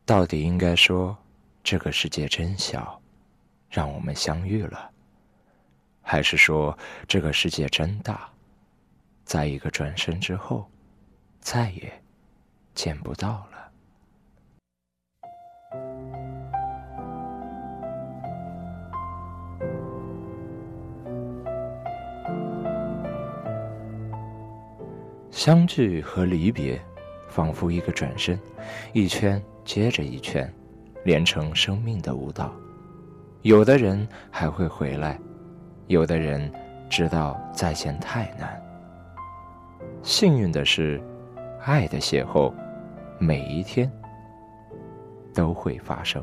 到底应该说这个世界真小，让我们相遇了，还是说这个世界真大，在一个转身之后再也见不到了。相聚和离别仿佛一个转身，一圈接着一圈，连成生命的舞蹈。有的人还会回来，有的人知道再见太难。幸运的是，爱的邂逅每一天都会发生。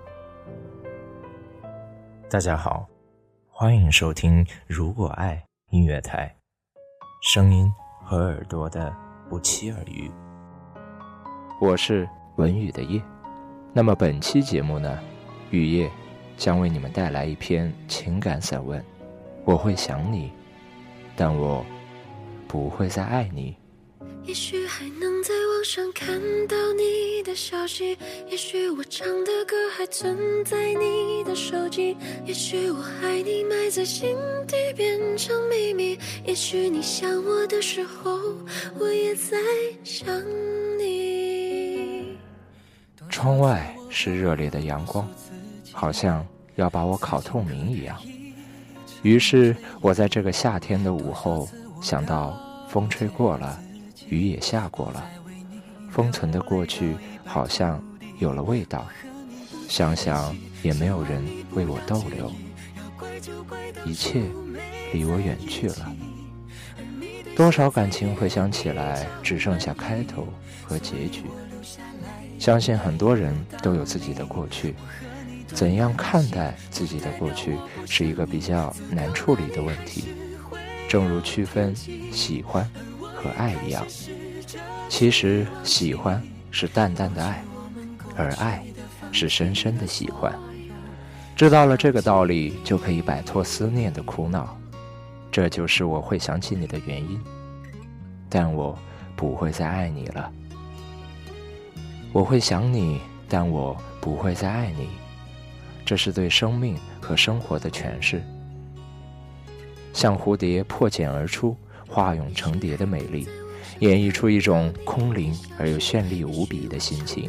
大家好，欢迎收听如果爱音乐台，声音和耳朵的不期而遇。我是文雨的夜。那么本期节目呢，雨夜将为你们带来一篇情感散文。我会想你，但我不会再爱你。 也许还能在网上看到你的消息，也许我唱的歌还存在你的手机，也许我爱你埋在心底变成秘密，也许你想我的时候我也在想你。 窗外是热烈的阳光，好像要把我烤透明一样。于是我在这个夏天的午后想到，风吹过了，雨也下过了，封存的过去好像有了味道，想想也没有人为我逗留，一切离我远去了。多少感情回想起来只剩下开头和结局。相信很多人都有自己的过去，怎样看待自己的过去是一个比较难处理的问题。正如区分喜欢和爱一样，其实喜欢是淡淡的爱，而爱是深深的喜欢。知道了这个道理，就可以摆脱思念的苦恼。这就是我会想起你的原因，但我不会再爱你了。我会想你，但我不会再爱你。这是对生命和生活的诠释。像蝴蝶破茧而出，化蛹成蝶的美丽，演绎出一种空灵而又绚丽无比的心情。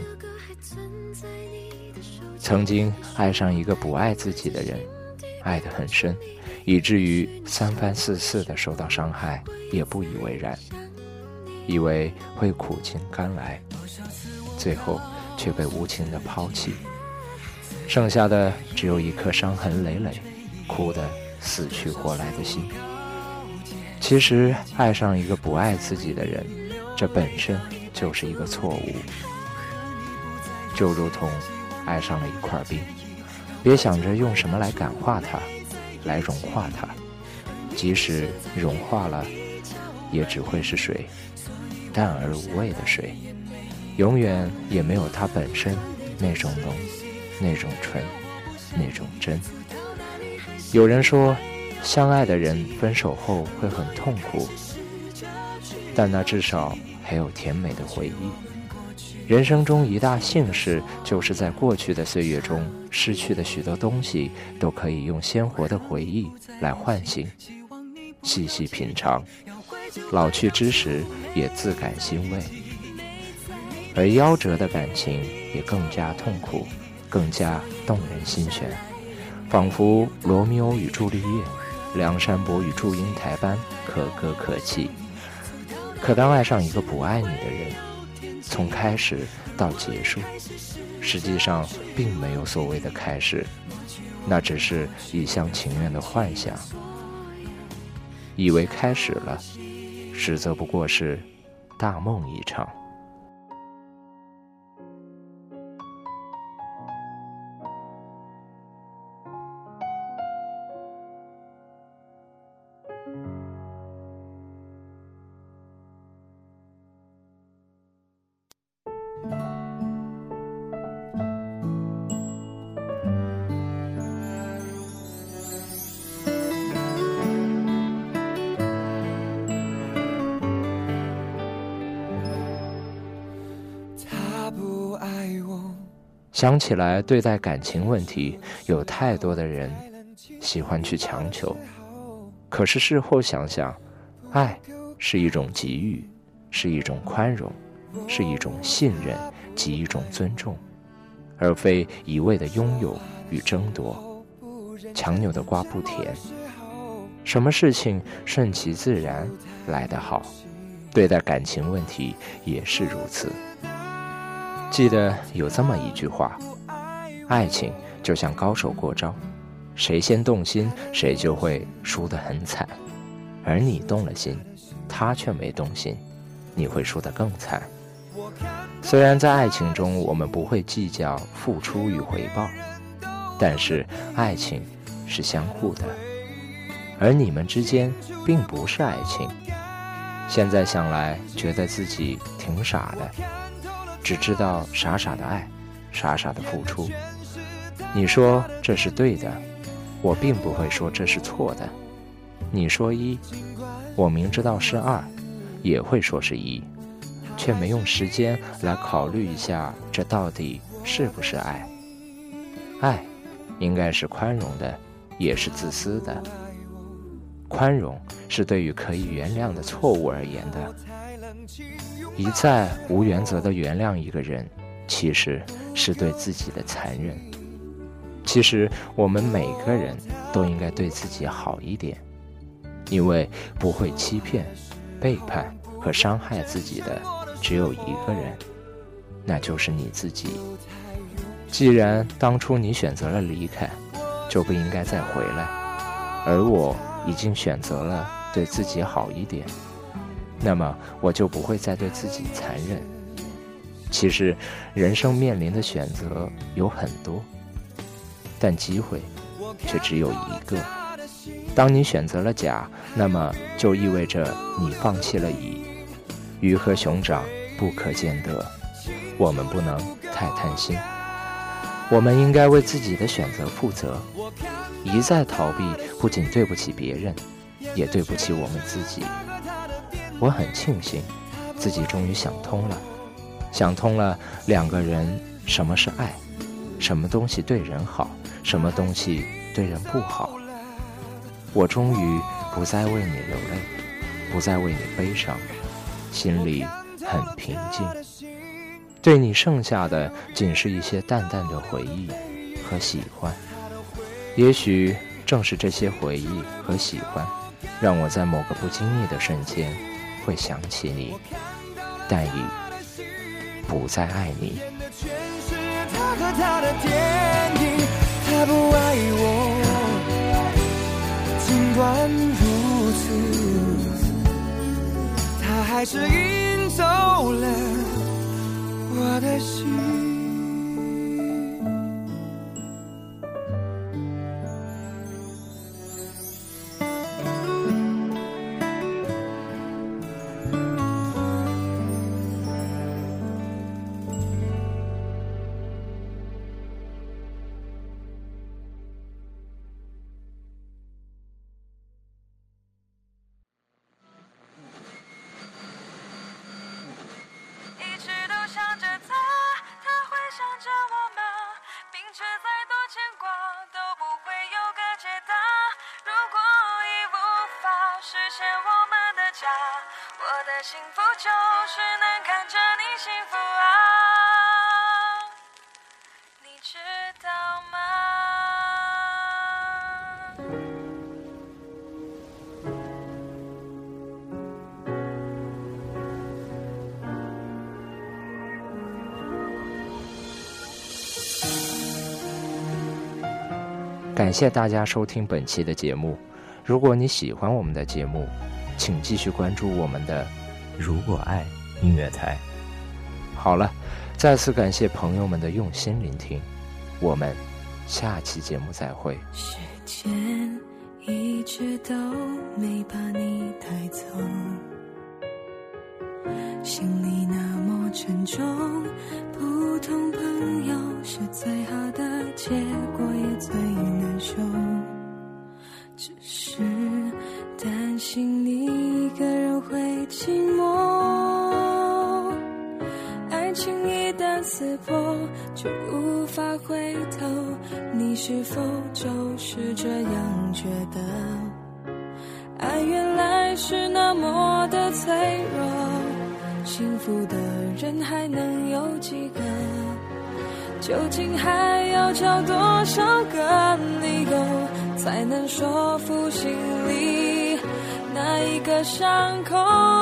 曾经爱上一个不爱自己的人，爱得很深，以至于三番四次的受到伤害也不以为然，以为会苦尽甘来，最后却被无情的抛弃，剩下的只有一颗伤痕累累，哭得死去活来的心。其实爱上一个不爱自己的人，这本身就是一个错误。就如同爱上了一块冰，别想着用什么来感化它，来融化它，即使融化了，也只会是水，淡而无味的水，永远也没有它本身那种浓，那种纯，那种真。有人说，相爱的人分手后会很痛苦，但那至少还有甜美的回忆。人生中一大幸事，就是在过去的岁月中失去的许多东西，都可以用鲜活的回忆来唤醒，细细品尝，老去之时也自感欣慰。而夭折的感情也更加痛苦，更加动人心弦，仿佛罗密欧与朱丽叶，梁山伯与祝英台般可歌可泣。可当爱上一个不爱你的人，从开始到结束，实际上并没有所谓的开始，那只是一厢情愿的幻想。以为开始了，实则不过是大梦一场。 想起来，对待感情问题，有太多的人喜欢去强求。可是事后想想，爱是一种给予，是一种宽容，是一种信任及一种尊重，而非一味的拥有与争夺。强扭的瓜不甜，什么事情顺其自然来得好，对待感情问题也是如此。记得有这么一句话，爱情就像高手过招，谁先动心谁就会输得很惨，而你动了心，他却没动心，你会输得更惨。虽然在爱情中我们不会计较付出与回报，但是爱情是相互的，而你们之间并不是爱情。现在想来觉得自己挺傻的，只知道傻傻的爱，傻傻的付出。你说这是对的，我并不会说这是错的。你说一，我明知道是二，也会说是一，却没用时间来考虑一下这到底是不是爱。爱应该是宽容的，也是自私的。宽容是对于可以原谅的错误而言的，一再无原则的原谅一个人，其实是对自己的残忍。其实我们每个人都应该对自己好一点，因为不会欺骗、背叛和伤害自己的只有一个人，那就是你自己。既然当初你选择了离开，就不应该再回来，而我已经选择了对自己好一点，那么我就不会再对自己残忍。其实人生面临的选择有很多，但机会却只有一个。当你选择了甲，那么就意味着你放弃了乙。鱼和熊掌不可兼得，我们不能太贪心，我们应该为自己的选择负责。一再逃避，不仅对不起别人，也对不起我们自己。我很庆幸自己终于想通了，想通了两个人什么是爱，什么东西对人好，什么东西对人不好。我终于不再为你流泪，不再为你悲伤，心里很平静。对你剩下的仅是一些淡淡的回忆和喜欢。也许正是这些回忆和喜欢，让我在某个不经意的瞬间会想起你，但已不再爱你。他和他的电影，他不爱我，尽管如此，他还是赢走了我的心。 实现我们的家，我的幸福就是能看着你幸福啊，你知道吗？ 感谢大家收听本期的节目。如果你喜欢我们的节目，请继续关注我们的如果爱音乐台。好了，再次感谢朋友们的用心聆听，我们下期节目再会。 时间一直都没把你带走，心里那么沉重，普通朋友是最好的结果，也最难受，只是担心你一个人会寂寞，爱情一旦撕破就无法回头，你是否就是这样觉得？爱原来是那么的脆弱，幸福的人还能有几个？究竟还要找多少个理由，才能说服心里那一个伤口？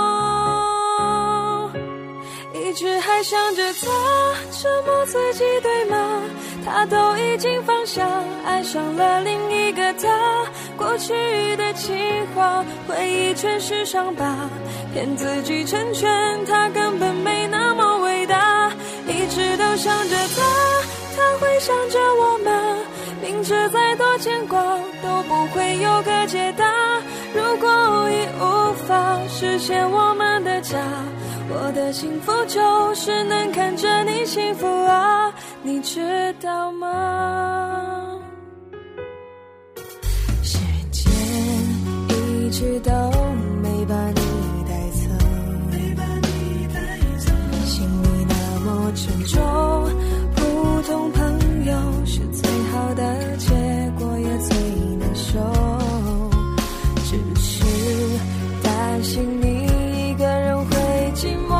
一直还想着他，折磨自己对吗？他都已经放下，爱上了另一个他。过去的情话，回忆全是伤疤，骗自己成全他根本没那么伟大。一直都想着他会想着我吗？明知再多牵挂都不会有个解答。如果已无法实现我们的家，我的幸福就是能看着你幸福啊，你知道吗？时间一直都没把你带走，心里那么沉重，普通朋友是最好的结果，也最难受。只是担心你一个人会寂寞，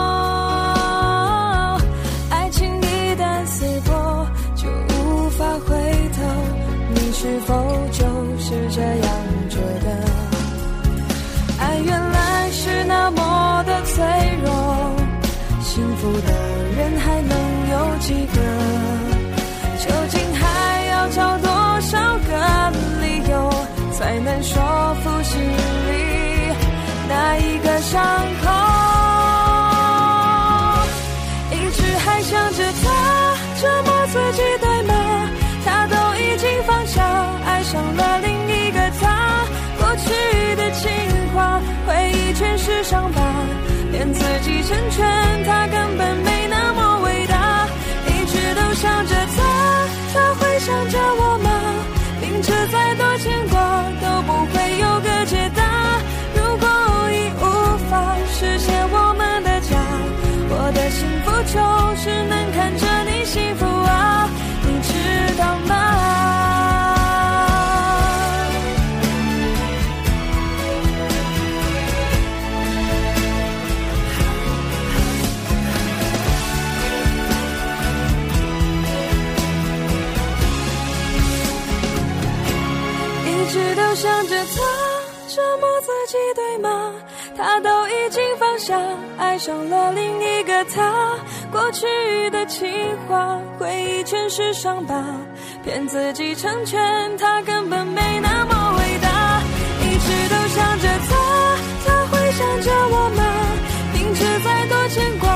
爱情一旦碎破就无法回头，你是否就是这样觉得？爱原来是那么的脆弱，幸福的人还能有几个？究竟还要找多少个理由，才能说服心里那一个伤口？一直还想着他，折磨自己对吗？他都已经放下，爱上了另一个他。过去的情话，回忆全是伤疤，骗自己成全他根本没那么伟大。一直都想着他会想着我吗？明知再多牵挂都不会有个解答。如果已无法实现我们的家，我的幸福就是能看着你幸福啊，你知道吗？一直都想着他，折磨自己对吗？他都已经放下，爱上了另一个他。过去的情话，回忆全是伤疤，骗自己成全他根本没那么伟大。一直都想着他会想着我吗？明知再多牵挂